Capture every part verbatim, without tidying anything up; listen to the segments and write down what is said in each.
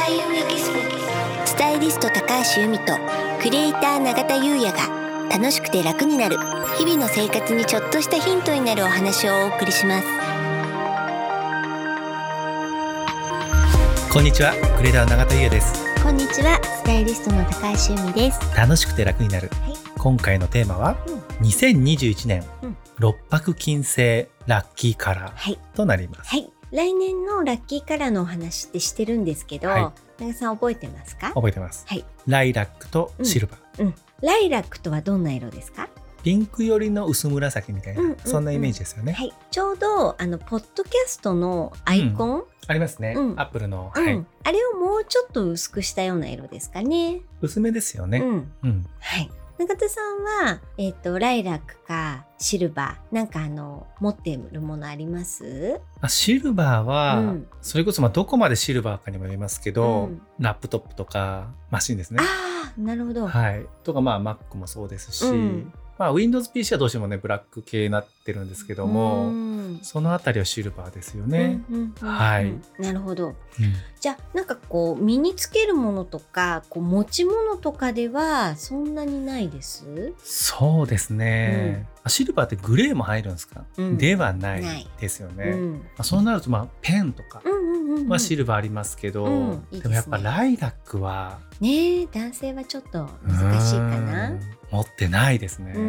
優也ギススタイリスト高橋由美とクリエイター永田優也が楽しくて楽になる日々の生活にちょっとしたヒントになるお話をお送りします。 こんにちは、クリエイター永田優也です。 こんにちは、スタイリストの高橋由美です。 楽しくて楽になる、はい、今回のテーマは、うん、にせんにじゅういちねん、うん、六白金星ラッキーカラーとなります、 はいはい、来年のラッキーカラーのお話ってしてるんですけど、はい、永田さん覚えてますか？ 覚えてます、 はい、 ライラックとシルバー、 うんうん、ライラックとはどんな色ですか？ ピンク寄りの薄紫みたいな、うんうんうん、そんなイメージですよね、 はい、ちょうどあのポッドキャストのアイコン、うん、 ありますね、うん、アップルの、 うんはい、 あれをもうちょっと薄くしたような色ですかね。 薄めですよね、 うんうん、はい。永田さんは、えーと、ライラックかシルバーなんかあの持っているものあります？ あシルバーは、うん、それこそまあどこまでシルバーかにもよりますけど、うん、ラップトップとかマシンですね。 ああなるほど、 はい、とかまあ Mac もそうですし、うんまあ、Windows ピーシー はどうしてもねブラック系になってるんですけども、うん、そのあたりはシルバーですよね、うんうんうん、はいなるほど、うん、じゃあなんかこう身につけるものとかこう持ち物とかではそんなにないです？ そうですね、うん、シルバーってグレーも入るんですか、うん、ではないですよね、うんまあ、そうなるとまあペンとかはシルバーありますけど、うんうんうん、でもやっぱライラックはねえ男性はちょっと難しいかな。 持ってないですね、うん、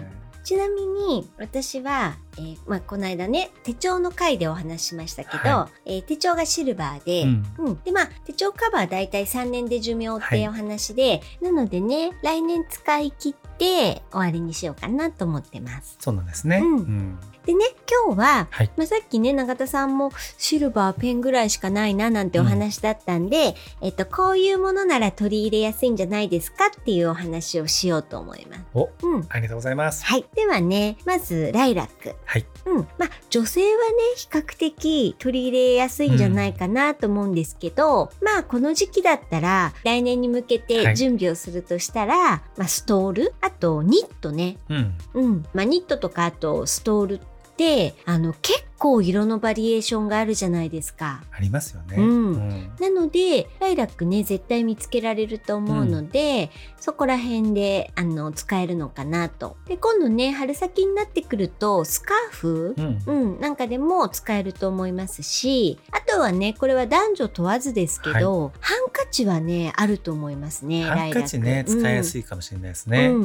ちなみに私は、えーまあ、この間ね手帳の回でお話ししましたけど、はいえー、手帳がシルバーで、うんうん、でまあ手帳カバーだいたいさんねんで寿命ってお話で、はい、なのでね来年使い切って終わりにしようかなと思ってます。 そうなんですね、うんうんでね今日は、はいまあ、さっきね永田さんもシルバーペンぐらいしかないななんてお話だったんで、うんえっと、こういうものなら取り入れやすいんじゃないですかっていうお話をしようと思います。 お、うん、ありがとうございます。 はい、ではねまずライラック、 はいうんまあ、女性はね比較的取り入れやすいんじゃないかなと思うんですけど、うん、まあこの時期だったら来年に向けて準備をするとしたら、はいまあ、ストールあとニットね、うんうんまあ、ニットとかあとストールであの結構色のバリエーションがあるじゃないですか。 ありますよね、 うんうん、なのでライラックね絶対見つけられると思うので、うん、そこら辺であの使えるのかなと。で今度ね春先になってくるとスカーフ、うんうん、なんかでも使えると思いますしあとはねこれは男女問わずですけど、はい、ハンカチはねあると思いますね。 ハンカチね使いやすいかもしれないですね、うんうん、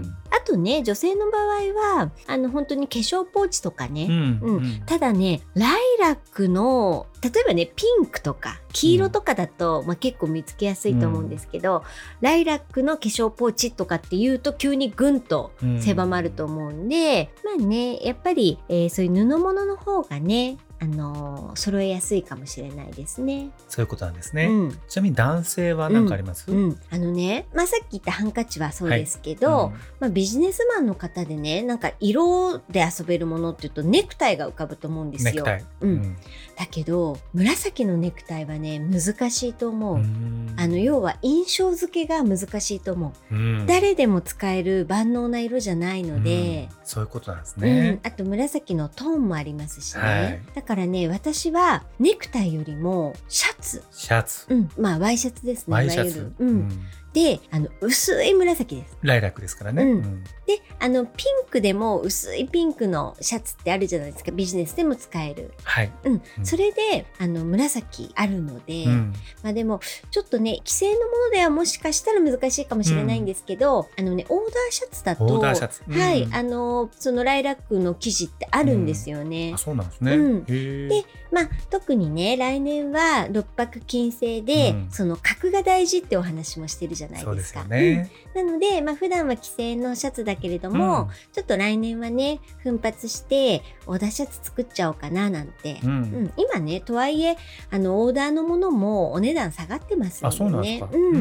あとね女性の場合はあの本当に化粧ポーチとかね、うんうん、ただねライラックの例えばねピンクとか黄色とかだと、うんまあ、結構見つけやすいと思うんですけど、うん、ライラックの化粧ポーチとかっていうと急にぐんと狭まると思うんで、うん、まあねやっぱり、えー、そういう布物の方がねあのー、揃えやすいかもしれないですね。 そういうことなんですね、うん、ちなみに男性は何かあります？ うんうん、あのね、まあ、さっき言ったハンカチはそうですけど、はいうんまあ、ビジネスマンの方でねなんか色で遊べるものっていうとネクタイが浮かぶと思うんですよ。 ネクタイ、 うん、だけど紫のネクタイはね難しいと思う。あの要は印象付けが難しいと思う、うん、誰でも使える万能な色じゃないので、 うん、そういうことなんですね、 うん、あと紫のトーンもありますしね、はい、だからね私はネクタイよりもシャツシャツ、 うん、まあワイシャツですね。 ワイシャツ、 うんうんであの薄い紫です。 ライラックですからね、うんうん、 であのピンクでも薄いピンクのシャツってあるじゃないですか。ビジネスでも使える、 はいうん、うん、それであの紫あるので、うんまあ、でもちょっとね既製のものではもしかしたら難しいかもしれないんですけど、うん、あのねオーダーシャツだとオーダーシャツ、うん、 はいあのそのライラックの生地ってあるんですよね、 うん、あそうなんですね、 うん、でまあ特にね来年は六白金星で、うん、その格が大事ってお話もしてるじゃないですか。 そうですよね、 うん、なので、まあ、普段は既製のシャツだけれども、うん、ちょっと来年はね奮発してオーダーシャツ作っちゃおうかななんて、うんうん、今ねとはいえあのオーダーのものもお値段下がってますのでね。あ、そうなんですか、うんうん、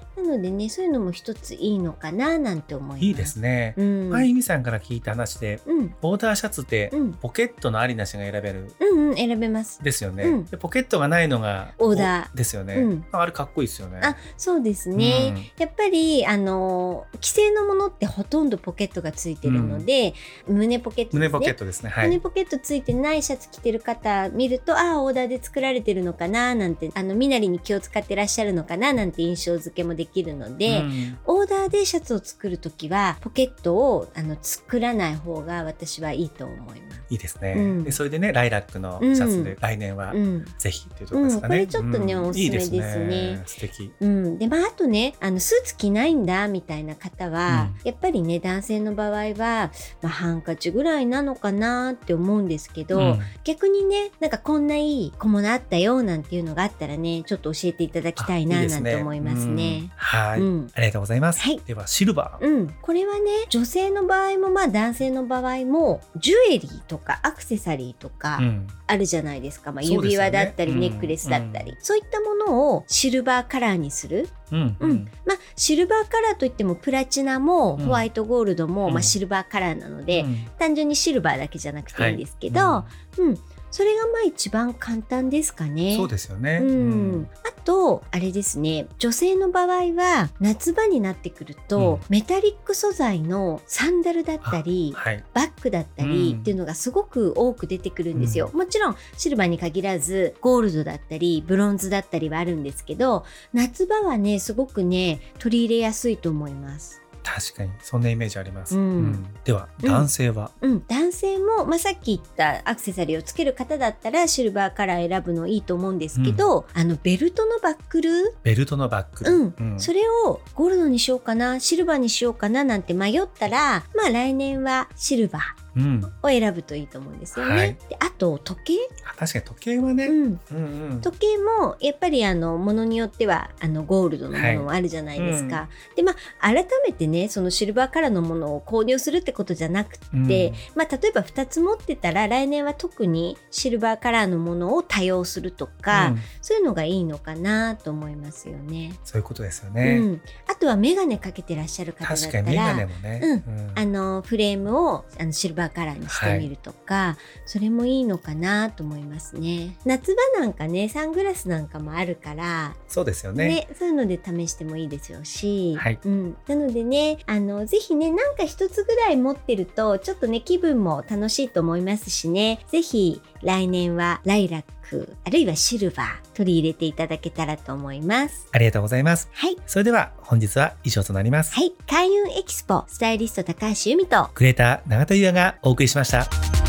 なのでね、そういうのも一ついいのかななんて思います。 いいですね。うん、前、由美さんから聞いた話で、うん、オーダーシャツってポケットのありなしが選べる。 うんうん、選べます。 ですよね。うん、でポケットがないのがオーダーですよね。うん、あれかっこいいですよね。 あ、そうですね。うん、やっぱりあの既製のものってほとんどポケットがついてるので、うん、胸ポケットですね。 胸ポケットですね。はい、 胸ポケットついてないシャツ着てる方見ると、ああオーダーで作られてるのかななんて、あの身なりに気を使ってらっしゃるのかななんて印象付けもできるので、うん、オーダーでシャツを作るときはポケットをあの作らない方が私はいいと思います。 いいですね。うん、でそれでね、ライラックのシャツで来年はぜひというところですかね。 うんうん、これちょっとね、うん、おすすめですね。いいですね。 素敵。 うん、でまああとね、あのスーツ着ないんだみたいな方は、うん、やっぱりね男性の場合は、まあ、ハンカチぐらいなのかなって思うんですけど、うん、逆にね、なんかこんないい小物あったよなんていうのがあったらね、ちょっと教えていただきたいななんて思いますね。 はい、うん、ありがとうございます。はい、ではシルバー、 うん、これはね、女性の場合もまあ男性の場合もジュエリーとかアクセサリーとかあるじゃないですか、まあ、指輪だったりネックレスだったり、 そうですよね。うん、そういったものをシルバーカラーにする。うんうん、まあ、シルバーカラーといってもプラチナもホワイトゴールドも、うん、まあ、シルバーカラーなので、うん、単純にシルバーだけじゃなくていいんですけど、はいうん、それがまあ一番簡単ですかね。 そうですよね、 うんうん、あとあれですね、女性の場合は夏場になってくると、うん、メタリック素材のサンダルだったり、はい、バッグだったりっていうのがすごく多く出てくるんですよ、うん、もちろんシルバーに限らずゴールドだったりブロンズだったりはあるんですけど、夏場はねすごくね取り入れやすいと思います。 確かにそんなイメージあります、うんうん、では男性は、 うんうん、男性も、まあ、さっき言ったアクセサリーをつける方だったらシルバーカラー選ぶのいいと思うんですけど、うん、あのベルトのバックルベルトのバックル、 うんうん、それをゴールドにしようかなシルバーにしようかななんて迷ったら、まあ来年はシルバーうん、を選ぶといいと思うんですよね、はい、であと時計、 確かに時計はね、うんうんうん、 時計もやっぱりあのものによってはあのゴールドのものもあるじゃないですか、はいうん、でまあ改めてねそのシルバーカラーのものを購入するってことじゃなくて、うんまあ、例えばふたつ持ってたら来年は特にシルバーカラーのものを多用するとか、うん、そういうのがいいのかなと思いますよね。 そういうことですよね、うん、 あとはメガネかけてらっしゃる方だったら確かにメガネもね、うんうん、あのフレームをあのシルバーカラーにしてみるとか、はい、それもいいのかなと思いますね。夏場なんかねサングラスなんかもあるからそうですよね、ねそういうので試してもいいですよし、 はいうん、なのでねあのぜひねなんか一つぐらい持ってるとちょっとね気分も楽しいと思いますしね、ぜひ来年はライラックあるいはシルバー取り入れていただけたらと思います。 ありがとうございます。 はい、 それでは本日は以上となります。 はい、開運エキスポスタイリスト高橋由美とクリエイター永田優也がお送りしました。